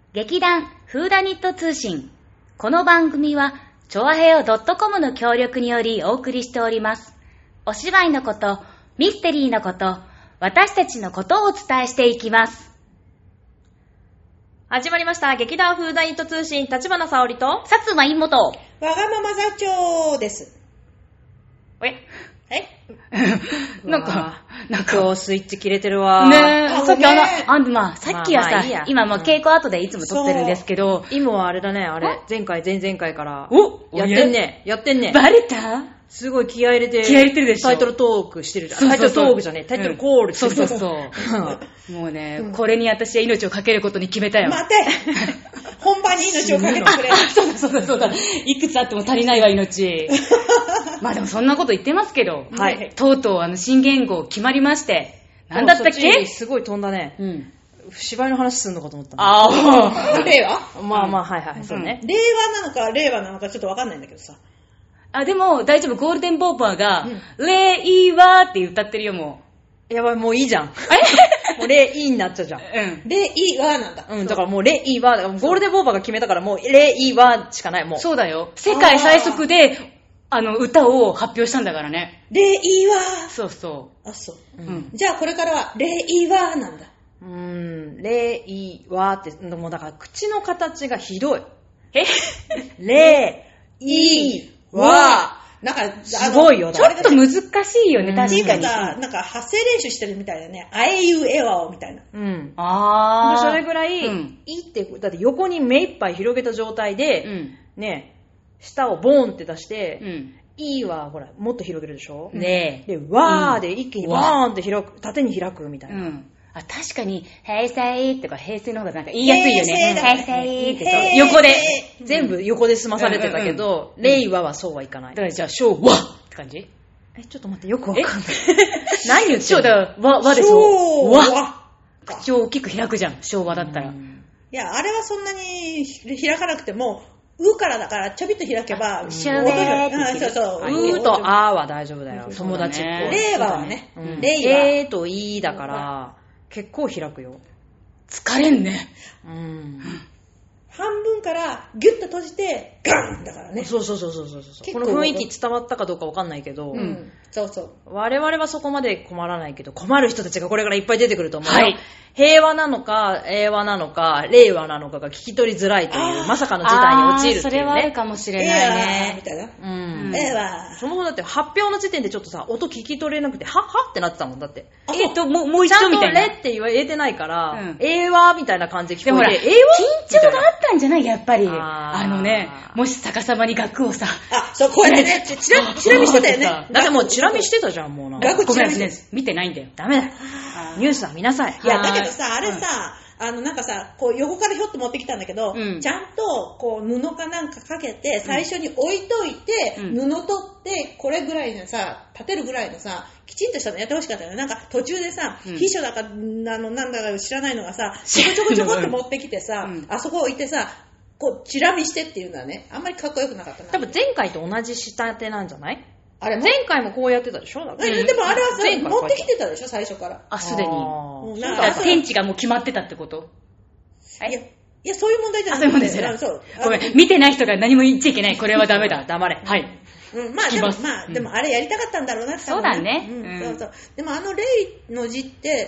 劇団フーダニット通信。この番組はチョアヘオ .com の協力によりお送りしております。お芝居のこと、ミステリーのこと、私たちのことをお伝えしていきます。 始まりました劇団フーダニット通信、立花沙織と薩摩妹。 わがまま座長です。 なんか今日スイッチ切れてるわ。 ねえ、さっきさっきはさ、 いいや今稽古後でいつも撮ってるんですけど、 今はあれだね、前回前々回からやってんね。 バレた？ すごい気合い入れてるでしょ。 タイトルトークしてるじゃん。タイトルトークじゃねえ、タイトルコールしてる。 そうもうね、これに私は命をかけることに決めたよ。 待て本番に命をかけてくれ。 そうだ。いくつあっても足りないわ、命。まあでもそんなこと言ってますけど、 はい、 とうとう新言語決まりまして、なんだったっけ？ すごい飛んだね。芝居の話すんのかと思った。 令和？ はい、そうね。 令和なのか令和なのかちょっとわかんないんだけどさ。 でも大丈夫、ゴールデンボーパーが、令和って歌ってるよ、もう。やばい、もういいじゃん。もう令和になっちゃうじゃん。 令和なんだ。 だからもう令和、ゴールデンボーパーが決めたからもう令和しかない、もう。 そうだよ。世界最速で、歌を発表したんだからね。 令和。 そうそう。 あ、そう。じゃあこれからは、令和なんだ。 令和って、もうだから口の形がひどい。 令和。なんか、 すごいよ。 ちょっと難しいよね、確かに。 なんか発声練習してるみたいだね。あえいうえわおみたいな。 それぐらい、いいって、だって横に目いっぱい広げた状態で、ね、舌をボーンって出して、いいはほらもっと広げるでしょ。 ねえ。でわーで一気にボーンって開く、縦に開くみたいな。 確かに平成とか平成の方がなんか言いやすいよね。平成ってそう横で全部横で済まされてたけど、令和はそうはいかない。 だからじゃあ昭和って感じ？ ちょっと待って、よくわかんない。何言って昭和和でしょ。和。口を大きく開くじゃん、昭和だったら。 いや、あれはそんなに開かなくても、うからだからちょびっと開けば、 昭和ってそう。 うとあは大丈夫だよ。友達っぽい。 令和はね。 令和といだから、結構開くよ。 疲れんね。 半分からギュッと閉じてガンだからね。 そう。この雰囲気伝わったかどうかわかんないけど、 そう。 我々はそこまで困らないけど、困る人たちがこれからいっぱい出てくると思うよ。平和なのか、平和なのか、令和なのかが聞き取りづらいという、まさかの事態に陥るっていうね。 それはあるかもしれないね。 みたいな。令和。 そもそもだって発表の時点でちょっとさ、音聞き取れなくて、はってなってたもんだって。 もう一度みたいな。 ちゃんとレって言えてないから、令和みたいな感じで聞こえて、 緊張があったんじゃない？やっぱり。もし逆さまに額をさ。 そう、こうやってね、チラ見してたよね。 だってもうチラ見してたじゃん、もうな。 額チラ見してた。見てないんだよ。 ダメだ。ニュースは見なさい。 いや、だけどさ、あれさ、なんかさ、こう横からひょっと持ってきたんだけど、ちゃんとこう布かなんかかけて、最初に置いといて、布取って、これぐらいのさ、立てるぐらいのさ、きちんとしたのやってほしかったよね。なんか途中でさ、秘書だか、なんだか知らないのがさ、ちょこちょこって持ってきてさ、あそこ置いてさ、こう、チラ見してっていうのはね、あんまりかっこよくなかったな。 多分前回と同じ仕立てなんじゃない？あれ前回もこうやってたでしょ？でもあれはさ、持ってきてたでしょ、最初から。 すでに。天地がもう決まってたってこと？ いや、そういう問題じゃない。 そういう問題じゃない。ごめん、見てない人が何も言っちゃいけない。これはダメだ。 黙れ。 はい。 でもあれやりたかったんだろうなって。 そうだね。 そう。でも令の字って、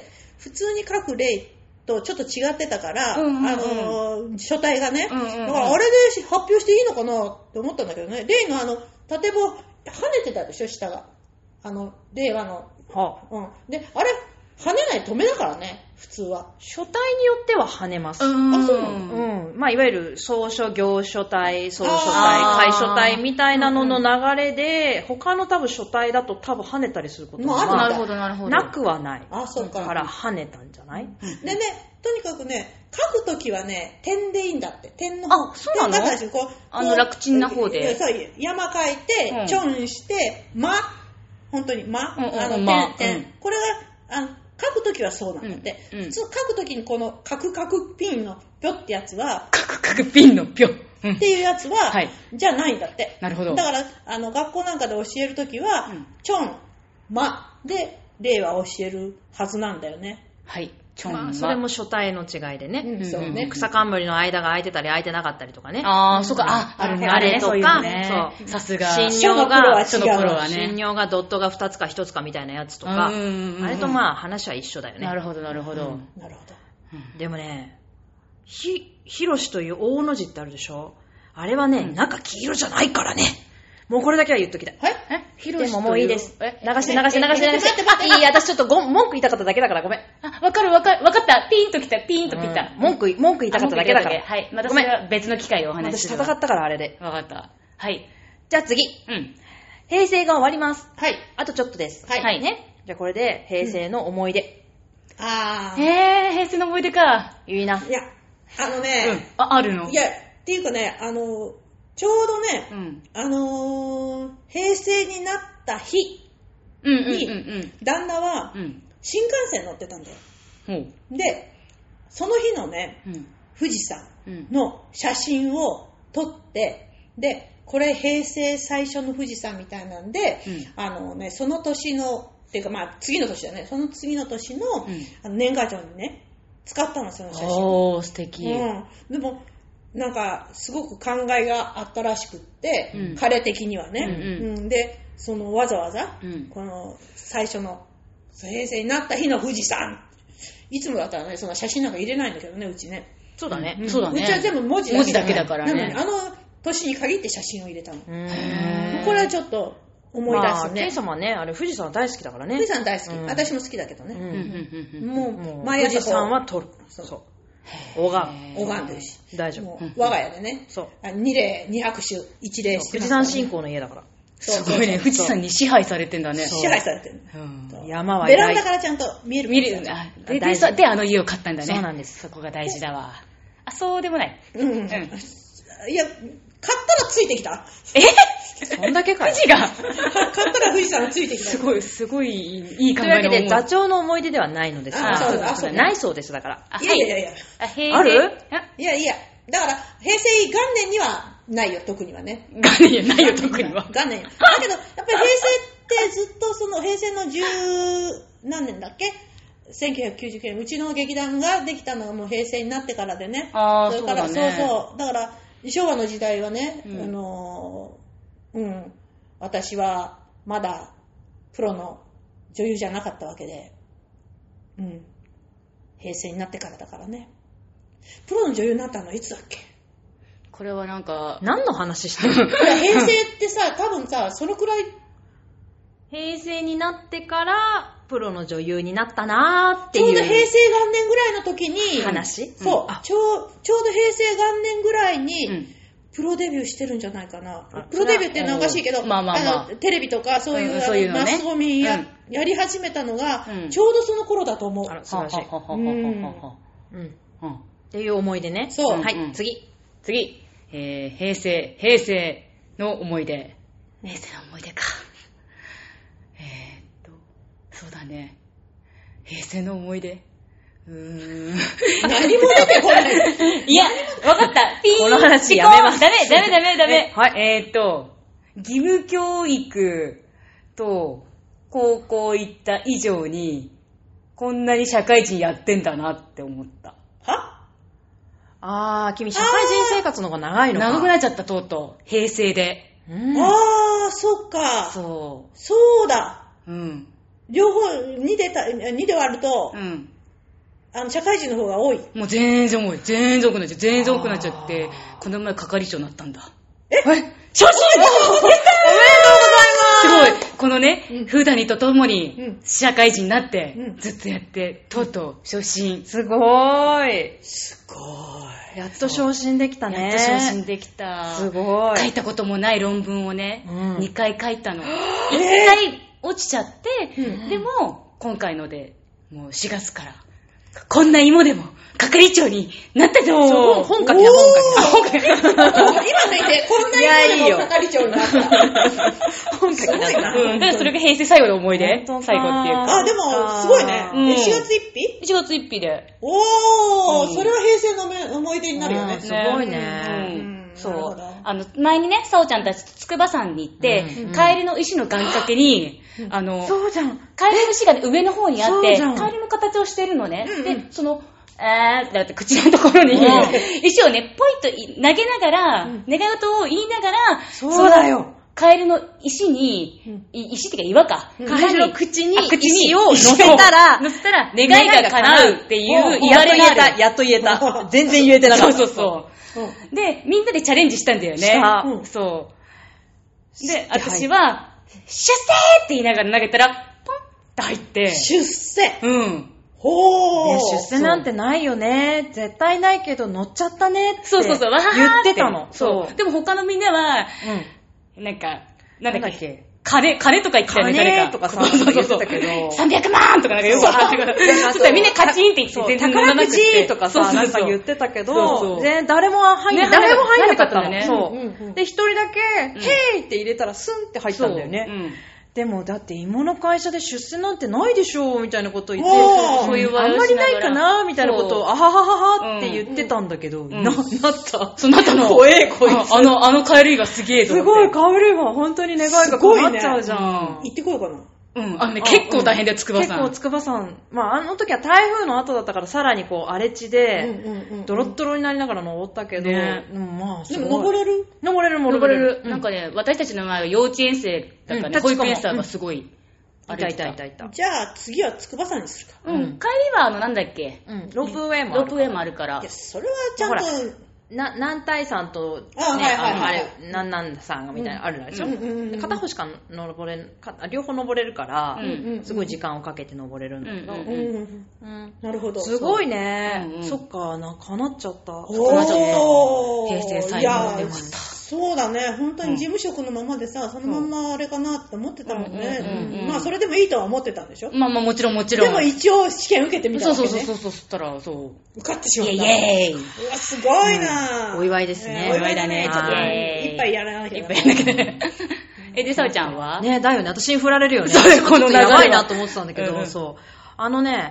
普通に書く令とちょっと違ってたから、書体がね。だからあれで発表していいのかなって思ったんだけどね。令の縦棒、跳ねてたでしょ、下が。令和の。で、あれ、跳ねないと止めだからね、普通は。 書体によっては跳ねます。そうまあ、いわゆる草書、行書体、草書体、楷書体みたいなのの流れで、他の多分書体だと多分跳ねたりすることがなるほど。 なくはない。 そうか。 から跳ねたんじゃない？ でね、とにかくね、書くときはね、点でいいんだって。点の方。そうなの？楽ちんな方で。 そう、山書いて、ちょんして、本当に、点。これが、書くときはそうなんだって。普通書くときにこのカクカクピンのぴょってやつは、 カクカクピンのぴょっていうやつは、じゃないんだって。 なるほど。 だから、学校なんかで教えるときは、ちょん、で、令和教えるはずなんだよね。 はい。 まあ、それも書体の違いでね。 そうね。 草冠の間が空いてたり空いてなかったりとかね。 そうか、あるね。 あれとか、 そう。さすが。 新尿が、 書のプロは新尿がドットが2つか1つかみたいなやつとか、あれとまあ話は一緒だよね。 なるほど、なるほど。 なるほど。 でもね、ひろしという大の字ってあるでしょ？あれはね、中黄色じゃないからね。もうこれだけは言っときたい。でももういいです。流して。いい、私ちょっと文句言いたかっただけだからごめん。 わかった。ピンときた。 文句言いたかっただけだから。 はい。またそれは別の機会でお話しする。 私戦ったからあれで。 わかった。はい。 じゃあ次。平成が終わります。 はい。 あとちょっとです。 はい。 ね。じゃあこれで平成の思い出。 平成の思い出か。 いいな。 いや、 あるの？ いや、っていうかね、ちょうどね、平成になった日に、旦那は新幹線乗ってたんだよ。で、その日のね、富士山の写真を撮って、で、これ平成最初の富士山みたいなんで、その年の、っていうかまあ次の年だね、その次の年の年賀状にね、使ったの、その写真。 素敵。 でも、なんかすごく考えがあったらしくって、彼的にはね、でわざわざ、この最初の平成になった日の富士山、いつもだったらねその写真なんか入れないんだけどね、うちね。 そうだね。 うちは全部文字だけだからね。 なのに年に限って写真を入れたの。これはちょっと思い出すね。 ケイ様ね、あれ富士山大好きだからね。 富士山大好き。私も好きだけどね。 もう毎朝富士山は撮る。そう。 拝んでるし。 大丈夫。 我が家でね。 そう。 2礼、2拍手、1礼して富士山信仰の家だから。 すごいね。富士山に支配されてんだね。 支配されてる。 山はベランダからちゃんと見える。 で、家を買ったんだね。 そうなんです。 そこが大事だわ。そうでもない。 いや、買ったらついてきた。 そんだけかよ。 富士が買ったら富士山ついてきた。 すごいいい考えの。 というわけで座長の思い出ではないのですが、ないそうです、だから。 いや。 ある？ いや。だから、平成元年にはないよ、特にはね。 元年ないよ、特には。 元年。だけど、やっぱり平成ってずっとその平成の何年だっけ？1999年、うちの劇団ができたのがもう平成になってからでね。それから、そう。だから、昭和の時代はね、私はまだプロの女優じゃなかったわけで、平成になってからだからね。プロの女優になったのはいつだっけ？ これはなんか何の話してるの？ 平成ってさ、多分さ、そのくらい平成になってからプロの女優になったなーっていう。 ちょうど平成元年ぐらいの時に話？ そう、ちょうど平成元年ぐらいに、プロデビューしてるんじゃないかな。プロデビューっておかしいけど、テレビとかそういうマスコミやり始めたのが、ちょうどその頃だと思う。 素晴らしい。っていう思い出ね。 そう。 はい、次。 平成の思い出。平成の思い出か。そうだね。平成の思い出。 何も出てこない。 いや、わかった。 この話やめます。 ダメ。 はい。 義務教育と高校行った以上に、こんなに社会人やってんだなって思った。 君社会人生活の方が長いのか。 長くなっちゃった、とうとう。平成で。 そっか。 そうだ。両方2で割ると、社会人の方が多い。 もう全然多い。全然多くなっちゃって、この前係長になったんだ。初心！おめでとうございます！すごい。このね、フーダニとともに、社会人になって、ずっとやって、とうとう昇進。 すごーい。やっと昇進できたね。 やっと昇進できた。 すごい。 書いたこともない論文をね、2回書いたの。1回落ちちゃって、でも、今回ので、もう4月から、こんな芋でも係長になったぞー。 本書きだ。 今抜いて、こんな芋でも係長になった。 本書きだった。 だからそれが平成最後の思い出。最後っていうか。 でも、すごいね。4月1日 ?1 月1日で。 それは平成の思い出になるよね。 すごいね。 そう。 前にね、さおちゃんたちと筑波山に行って、カエルの石の願掛けに、 そうじゃん。 カエルの石が、ね、上の方にあって、カエルの形をしてるのね。で、だって口のところに、石をね、ポイッと投げながら、願い事を言いながら、 そうだよ。 カエルの石に、石ってか岩か。 カエルの口に石を乗せたら、 願いが叶うっていう言われがある。 やっと言えた。全然言えてなかった。 そうで、みんなでチャレンジしたんだよね。そう。で、私は、出世って言いながら投げたら、ポンって入って。 出世ほー。出世なんてないよね。絶対ないけど乗っちゃったねって。 そう、言ってたの。 そう。でも他のみんなは、なんだっけ。金とか言ってたよね、誰か。 金とかさ、言ってたけど。 300万とかなんかよくわかってくる。そしたらみんなカチンって言って、 宝くじとかさ、なんか言ってたけど、誰も入んなかったのね。そう。で、一人だけ、ヘイって入れたらスンって入ったんだよね。でもだって芋の会社で出世なんてないでしょみたいなこと言って、そういうあんまりないかなみたいなことをあははははって言ってたんだけど、なった。 そうなったの。 怖えこいつ。 あのカエルイがすげえと思って。 すごい、カエルイは本当に願いが叶っちゃうじゃん。 行ってこようかな。 結構大変だよ、筑波山。 結構筑波山。まあ、あの時は台風の後だったからさらにこう荒れ地で、ドロッドロになりながら登ったけど、まあ、 でも登れる。 登れる。なんかね、私たちの前は幼稚園生だからね、保育園生がすごい。 いた。 じゃあ次は筑波山にするか。 帰りはなんだっけ。 ロープウェイもあるから。 いや、それはちゃんと。 南大山と、ね、あれ、南山がみたいなのあるでしょ、片方しか登れん、両方登れるから、すごい時間をかけて登れるんだけど。 なるほど。 すごいね。そっか、叶っちゃった。 平成最後でよかった。 そうだね。本当に事務職のままでさ、そのまんまあれかなって思ってたもんね。まあ、それでもいいとは思ってたんでしょ。 まあもちろん。 でも一応試験受けてみたわけね。 そう。そしたら、受かってしまった。 イエーイ。 うわ、すごいなお祝いですね。 お祝いだね。ちょっといっぱいやらなきゃ。 で、さおちゃんはね、だよね。私に振られるよね。 そう、この流れ。 やばいなと思ってたんだけど、そう。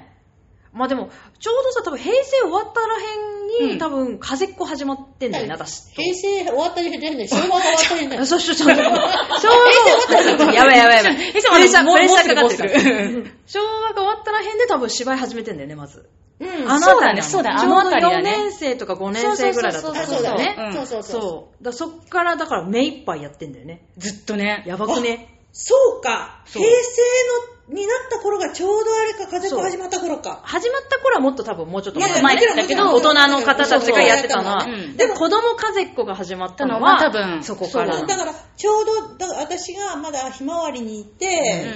まあでも、ちょうどさ、多分平成終わったらへんに、多分風っ子始まってんだよね、私。 平成終わったらへんじゃない昭和が終わったらへんだよ。 そう、ちゃんと。昭和が終わったらへん。やばい。プレッシャーかかってる。昭和が終わったらへんで多分芝居始めてんだよね、まず。 そうだね。ちょうど 4年生とか5年生ぐらいだったから。 そうだね。 そう。そっからだから目いっぱいやってんだよね。 ずっとね。 やばくね。 そうか。平成になった頃がちょうどあれか、風っ子始まった頃か。 始まった頃はもっと多分もうちょっと前だけど、 大人の方たちがやってたのは、でも子供風っ子が始まったのは、 多分そこから。 だから、ちょうど、私がまだひまわりに行って、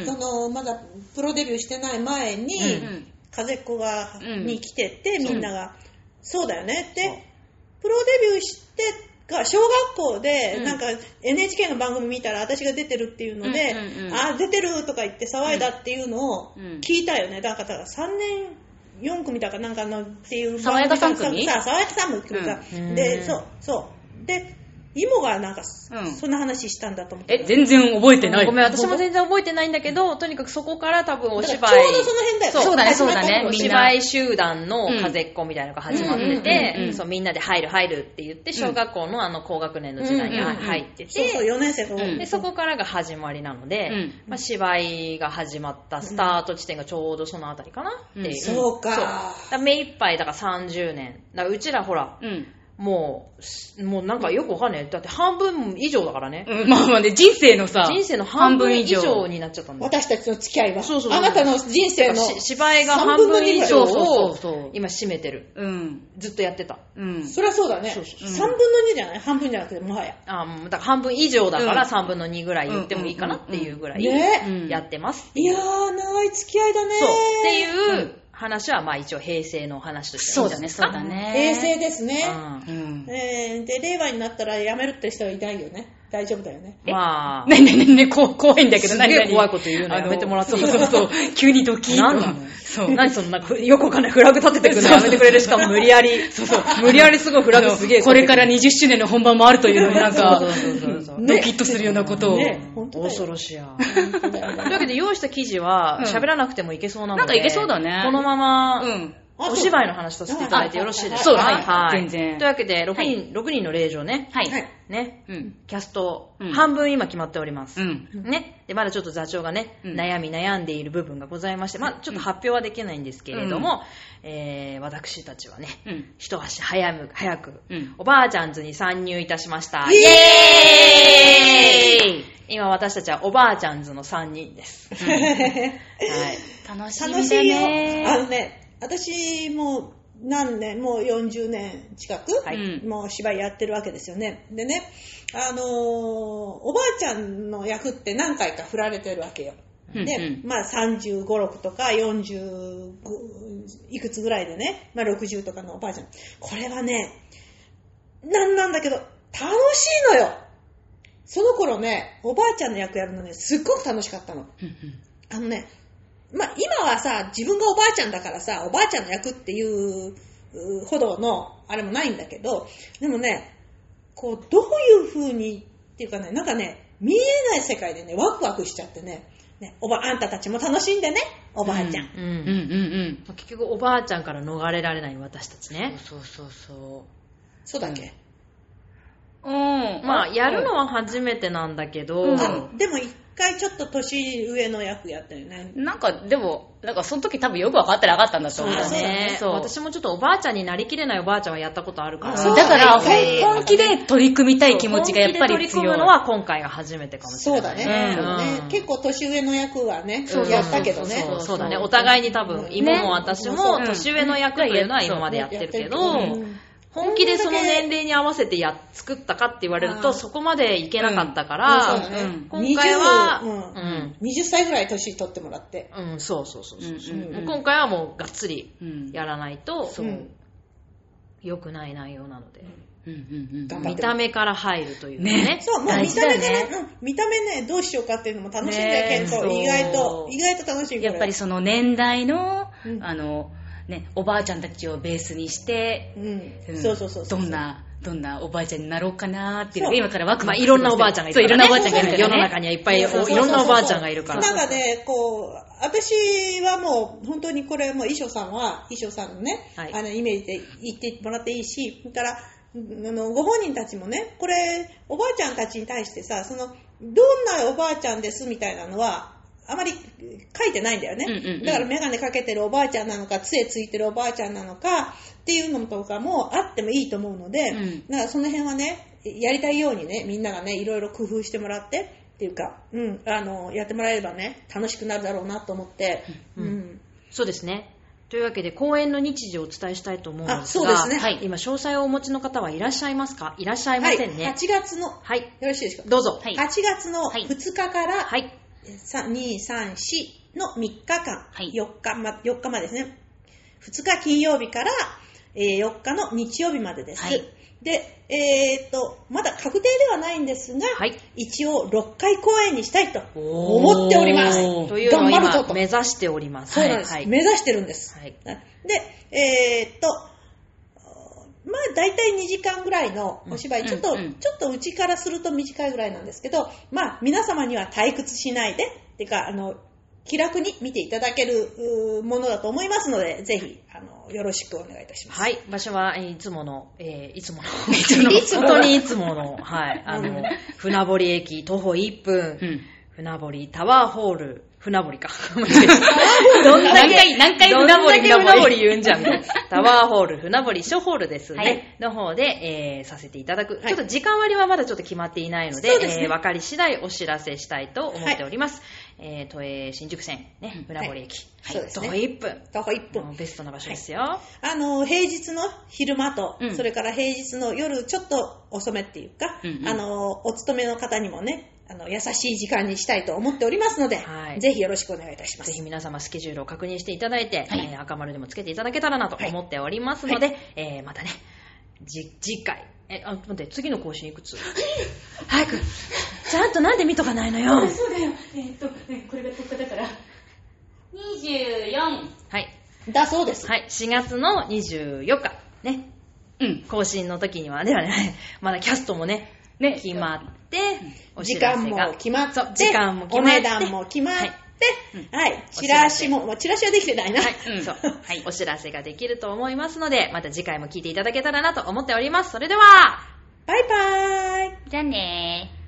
まだプロデビューしてない前に、風っ子に来てて、みんなが、そうだよねって、プロデビューして、小学校で、なんか NHK の番組見たら私が出てるっていうので、出てるとか言って騒いだっていうのを聞いたよね。だから3年4組だかなんかのっていう爽やか3組さ、爽やか3組さ、で、そう。で、イモがなんか、そんな話したんだと思って。 全然覚えてない。 ごめん、私も全然覚えてないんだけど、とにかくそこから多分お芝居。 ちょうどその辺だよ。 そうだね。 お芝居集団の風っ子みたいなのが始まってて、みんなで入るって言って、小学校の高学年の時代に入ってて、 そう、4年生と。 で、そこからが始まりなので、芝居が始まったスタート地点がちょうどそのあたりかなっていう。 そうか。 目いっぱい、だから30年。だからうちらほら、もうなんかよくわかんない。だって半分以上だからね。 まあね、人生の半分以上になっちゃったんだよ。 私たちの付き合いは。 そう。 あなたの人生の芝居が半分以上を今占めてる。ずっとやってた。 そりゃそうだね。3分の2じゃない？半分じゃなくてもはや。 だから半分以上だから3分の2ぐらい言ってもいいかなっていうぐらいやってます。 いやー、長い付き合いだね。 そう。っていう話はまあ一応平成の話としていいんじゃないですか。 そうだね。 平成ですね。で、令和になったら辞めるって人はいないよね。大丈夫だよね。 まあ。 ね、怖いんだけど、 何怖いこと言うのやめてもらっていい？ そう。急にドキッと。 何なの？何そのなんか、よくわかんないフラグ立ててくるのやめてくれるしかも無理やり。無理やりすごいフラグすげえ。 これから20周年の本番もあるというのになんか、ドキッとするようなことを。 恐ろしや。というわけで用意した記事は喋らなくてもいけそうなので。 なんかいけそうだね。 このまま、 お芝居の話させていただいてよろしいですか？ そうですね。はい。全然。 というわけで、6人の令嬢ね。 はい。 ね。キャスト、半分今決まっております。ね。で、まだちょっと座長がね、悩んでいる部分がございまして、まあちょっと発表はできないんですけれども、私たちはね、一足早く、おばあちゃんズに参入いたしました。イエーイ！今私たちはおばあちゃんズの3人です。はい。 楽しみだね。 私も何年、もう40年近く、もう芝居やってるわけですよね。でね、おばあちゃんの役って何回か振られてるわけよ。で、まあ35、6とか45いくつぐらいでね、まあ60とかのおばあちゃん。これはね、なんだけど、楽しいのよ。その頃ね、おばあちゃんの役やるのね、すっごく楽しかったの。まあ今はさ、自分がおばあちゃんだからさ、おばあちゃんの役っていうほどのあれもないんだけど、でもね、こうどういう風にっていうかね、なんかね、見えない世界でね、ワクワクしちゃってね、あんたたちも楽しんでね、おばあちゃん。 結局おばあちゃんから逃れられない私たちね。 そうだっけ？ まあやるのは初めてなんだけど、 でも一回ちょっと年上の役やったよね。 でもその時多分よく分かってなかったんだと思う。 そうね。私もちょっとおばあちゃんになりきれないおばあちゃんはやったことあるから。 だから本気で取り組みたい気持ちがやっぱり強い。 本気で取り組むのは今回が初めてかもしれない。 そうだね。結構年上の役はね、やったけどね。 そうだね。お互いに多分、妹も私も年上の役というのは今までやってるけど、本気でその年齢に合わせて作ったかって言われるとそこまでいけなかったから、今回は 20歳ぐらい年取ってもらって、 そう今回はもうがっつりやらないと良くない内容なので、見た目から入るというね。 そう、もう見た目ね、どうしようかっていうのも楽しいんだけど、意外と楽しい。 やっぱりその年代のおばあちゃんたちをベースにして、どんなおばあちゃんになろうかなっていうのが今からワクワク。 いろんなおばあちゃんがいるからね。 いろんなおばあちゃんがいるからね。 世の中にはいっぱいいろんなおばあちゃんがいるから。 なんかね、私はもう本当にこれもう衣装さんのね、イメージで言ってもらっていいし、それからご本人たちもね、これおばあちゃんたちに対してさ、どんなおばあちゃんですみたいなのはあまり書いてないんだよね。だからメガネかけてるおばあちゃんなのか、杖ついてるおばあちゃんなのかっていうのとかもあってもいいと思うので、だからその辺はね、やりたいようにね、みんながね、いろいろ工夫してもらってっていうか、やってもらえればね、楽しくなるだろうなと思って、 そうですね。というわけで公演の日時をお伝えしたいと思うんですが、 そうですね。 今詳細をお持ちの方はいらっしゃいますか？いらっしゃいませんね。 8月の、よろしいですか？ どうぞ。 8月の2日から、2、3、4の3日間、4日までですね。2日金曜日から4日の日曜日までです。で、まだ確定ではないんですが、一応6回公演にしたいと思っております。 というのを今目指しております。 そうなんです。目指してるんです。で、まあ大体2時間ぐらいのお芝居、ちょっとうちからすると短いぐらいなんですけど、まあ皆様には退屈しないで、っていうか気楽に見ていただけるものだと思いますので、ぜひよろしくお願いいたします。 場所はいつもの本当にいつもの船堀駅徒歩1分、船堀タワーホール。船堀か。 何回船堀言うんじゃん。タワーホール、船堀小ホールですね。の方で、させていただく。ちょっと時間割はまだちょっと決まっていないので、分かり次第お知らせしたいと思っております。都営新宿線、ね、船堀駅。徒歩1分。 徒歩1分。 ベストな場所ですよ。 平日の昼間と、それから平日の夜ちょっと遅めっていうか、お勤めの方にもね、優しい時間にしたいと思っておりますので、ぜひよろしくお願いいたします。 ぜひ皆様スケジュールを確認していただいて、赤丸でもつけていただけたらなと思っておりますので、またね、次回、待って、次の更新いくつ？早く、ちゃんとなんで見とかないのよ。 そうだよ。これが10日だから、24。 だそうです。 4月の24日、ね。更新の時には、ではね、まだキャストもね、決まって、 時間も決まって、お値段も決まっはい、チラシはできてないな。 はい、そう。はい、お知らせができると思いますので、また次回も聞いていただけたらなと思っております。それでは、 バイバーイ。 じゃあねー。